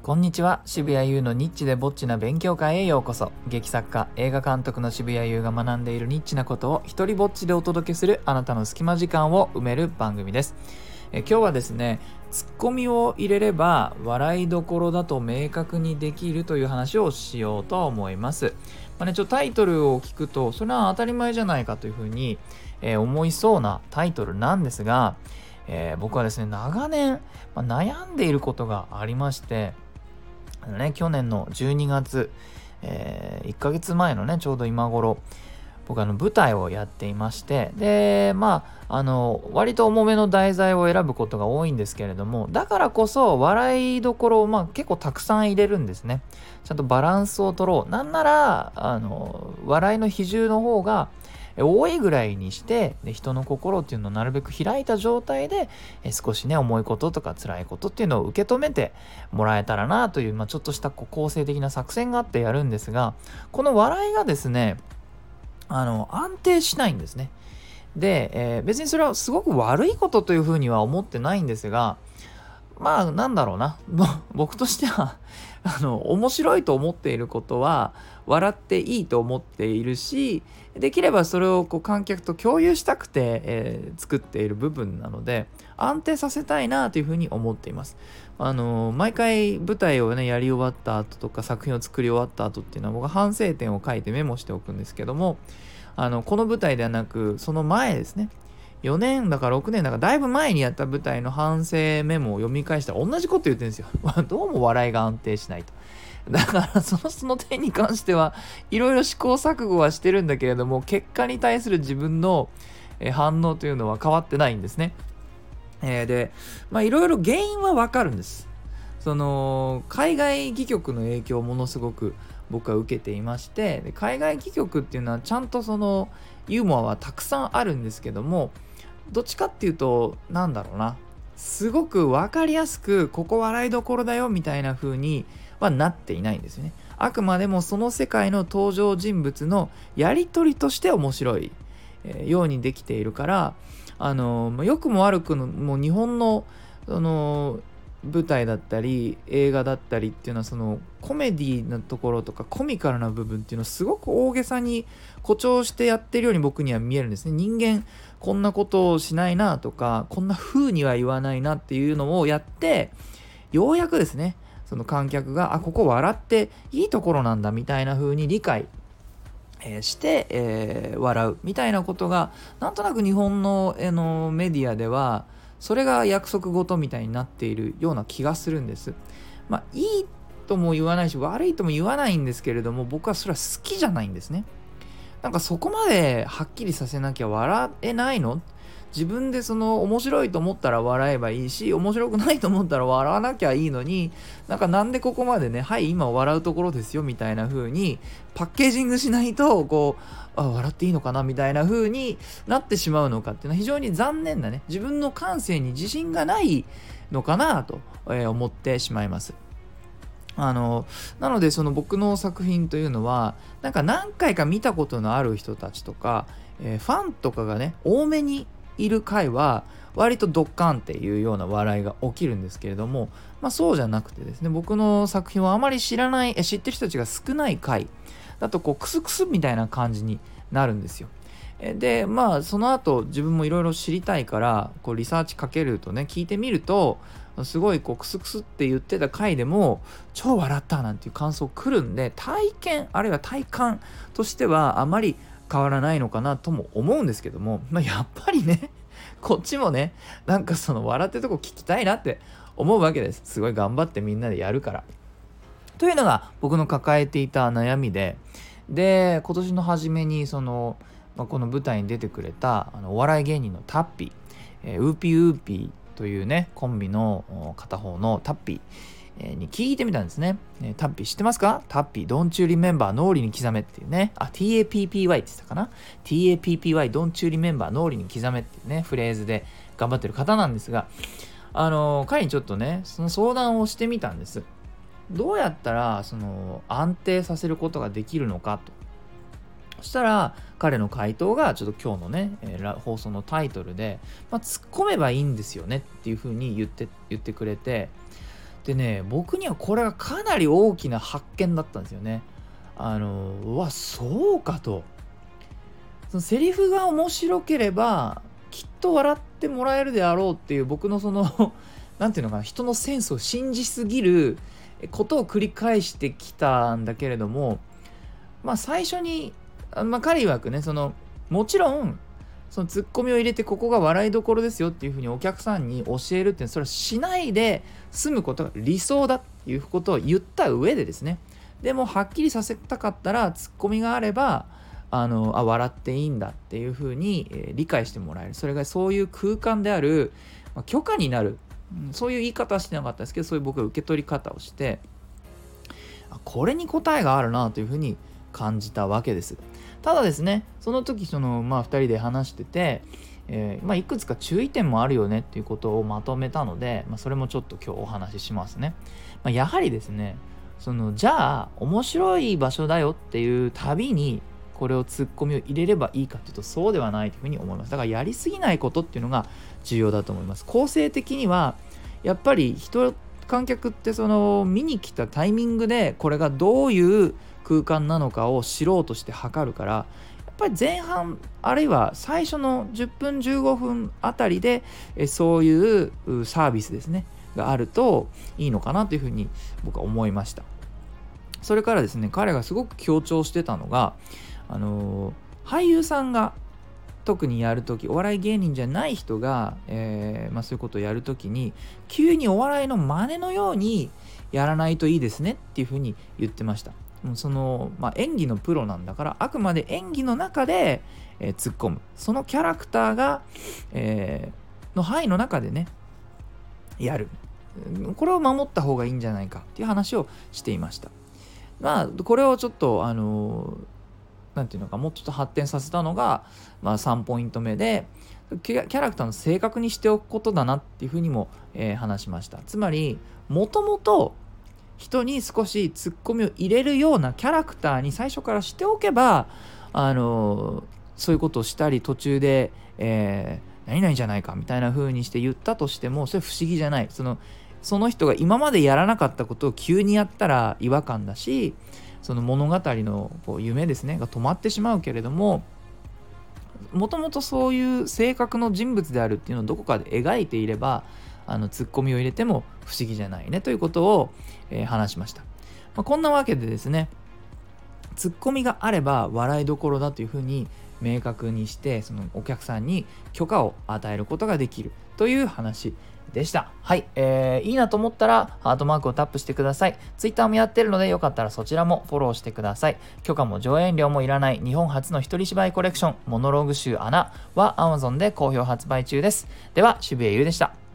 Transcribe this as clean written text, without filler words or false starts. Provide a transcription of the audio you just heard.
こんにちは。渋谷優のニッチでぼっちな勉強会へようこそ。劇作家、映画監督の渋谷優が学んでいるニッチなことを一人ぼっちでお届けするあなたの隙間時間を埋める番組です。今日はですね、ツッコミを入れれば笑いどころだと明確にできるという話をしようと思います。ちょっとタイトルを聞くとそれは当たり前じゃないかというふうに、思いそうなタイトルなんですが、僕はですね長年、悩んでいることがありまして、去年の12月、1ヶ月前のねちょうど今頃僕舞台をやっていまして、で割と重めの題材を選ぶことが多いんですけれども、だからこそ笑いどころを結構たくさん入れるんですね。ちゃんとバランスを取ろう、なんなら笑いの比重の方が多いぐらいにして、で人の心っていうのをなるべく開いた状態で少しね重いこととか辛いことっていうのを受け止めてもらえたらなという、ちょっとした構成的な作戦があってやるんですが、この笑いがですね安定しないんですね。で、別にそれはすごく悪いことというふうには思ってないんですが、なんだろうな僕としては面白いと思っていることは笑っていいと思っているし、できればそれを観客と共有したくて、作っている部分なので安定させたいなというふうに思っています。毎回舞台をねやり終わった後とか作品を作り終わった後っていうのは僕は反省点を書いてメモしておくんですけども、この舞台ではなくその前ですね、4年だか6年だかだいぶ前にやった舞台の反省メモを読み返したら同じこと言ってるんですよどうも笑いが安定しないと。だからその点に関してはいろいろ試行錯誤はしてるんだけれども、結果に対する自分の反応というのは変わってないんですね。でいろいろ原因はわかるんです。海外戯曲の影響をものすごく僕は受けていまして、で海外戯曲っていうのはちゃんとユーモアはたくさんあるんですけども、どっちかっていうとすごく分かりやすくここ笑いどころだよみたいな風にはなっていないんですよね。あくまでもその世界の登場人物のやり取りとして面白い、ようにできているから、良くも悪くも日本の舞台だったり映画だったりっていうのはコメディなところとかコミカルな部分っていうのをすごく大げさに誇張してやってるように僕には見えるんですね。人間こんなことをしないなとかこんな風には言わないなっていうのをやって、ようやくですねその観客がここ笑っていいところなんだみたいな風に理解して、笑うみたいなことがなんとなく日本の、メディアではそれが約束事みたいになっているような気がするんです。いいとも言わないし悪いとも言わないんですけれども、僕はそれは好きじゃないんですね。そこまではっきりさせなきゃ笑えないの？自分で面白いと思ったら笑えばいいし、面白くないと思ったら笑わなきゃいいのに、なんでここまでね、はい今笑うところですよみたいな風にパッケージングしないと笑っていいのかなみたいな風になってしまうのかっていうのは非常に残念なね、自分の感性に自信がないのかなと思ってしまいます。なので僕の作品というのは何回か見たことのある人たちとか、ファンとかがね多めにいる回は割とドッカンっていうような笑いが起きるんですけれども、そうじゃなくてですね、僕の作品をあまり知ってる人たちが少ない回だとクスクスみたいな感じになるんですよ。でその後自分もいろいろ知りたいからリサーチかけるとね、聞いてみるとすごいクスクスって言ってた回でも超笑ったなんていう感想来るんで、体験あるいは体感としてはあまり変わらないのかなとも思うんですけども、やっぱりねこっちもね笑ってるとこ聞きたいなって思うわけです。すごい頑張ってみんなでやるからというのが僕の抱えていた悩みで、今年の初めにこの舞台に出てくれたお笑い芸人のタッピー、ウーピーウーピーというねコンビの片方のタッピーに聞いてみたんですね。タッピー知ってますか？タッピー Don't you remember 脳裏に刻めっていうね、TAPPY って言ったかな、 TAPPY Don't you remember 脳裏に刻めっていうねフレーズで頑張ってる方なんですが、彼にちょっとねその相談をしてみたんです。どうやったら安定させることができるのかと。そしたら彼の回答がちょっと今日のね、放送のタイトルで、突っ込めばいいんですよねっていう風に言ってくれて、 でね、僕にはこれがかなり大きな発見だったんですよね。うわ、そうかと。そのセリフが面白ければきっと笑ってもらえるであろうっていう僕のそのなんていうのかな、人のセンスを信じすぎることを繰り返してきたんだけれども、最初に彼曰くね、もちろんそのツッコミを入れてここが笑いどころですよっていうふうにお客さんに教えるっていうのは、それはしないで済むことが理想だっていうことを言った上でですね、でもはっきりさせたかったらツッコミがあれば笑っていいんだっていうふうに、理解してもらえる、それがそういう空間である、許可になる、そういう言い方はしてなかったですけど、そういう僕は受け取り方をして、これに答えがあるなというふうに感じたわけです。ただですね、その時2人で話してて、いくつか注意点もあるよねっていうことをまとめたので、それもちょっと今日お話ししますね。やはりですね、じゃあ面白い場所だよっていうたびにこれをツッコミを入れればいいかというと、そうではないというふうに思います。だからやりすぎないことっていうのが重要だと思います。構成的にはやっぱり観客って見に来たタイミングでこれがどういう空間なのかを知ろうとして測るから、やっぱり前半あるいは最初の10分15分あたりでそういうサービスですねがあるといいのかなというふうに僕は思いました。それからですね、彼がすごく強調してたのが、俳優さんが特にやるとき、お笑い芸人じゃない人が、そういうことをやるときに急にお笑いの真似のようにやらないといいですねっていうふうに言ってました。演技のプロなんだから、あくまで演技の中で、突っ込む、そのキャラクターが、の範囲の中でねやる、これを守った方がいいんじゃないかっていう話をしていました。これをちょっとなんていうのか、もうちょっと発展させたのが、3ポイント目でキャラクターの性格にしておくことだなっていうふうにも、話しました。つまりもともと人に少しツッコミを入れるようなキャラクターに最初からしておけば、そういうことをしたり途中で、何々じゃないかみたいな風にして言ったとしてもそれ不思議じゃない。その人が今までやらなかったことを急にやったら違和感だし、その物語の夢ですねが止まってしまうけれども、もともとそういう性格の人物であるっていうのをどこかで描いていればツッコミを入れても不思議じゃないねということを、話しました。こんなわけでですね、ツッコミがあれば笑いどころだというふうに明確にして、そのお客さんに許可を与えることができるという話でした。はい、いいなと思ったらハートマークをタップしてください。ツイッターもやってるのでよかったらそちらもフォローしてください。許可も上演料もいらない日本初の一人芝居コレクションモノローグ集アナは Amazon で好評発売中です。では渋谷優でした。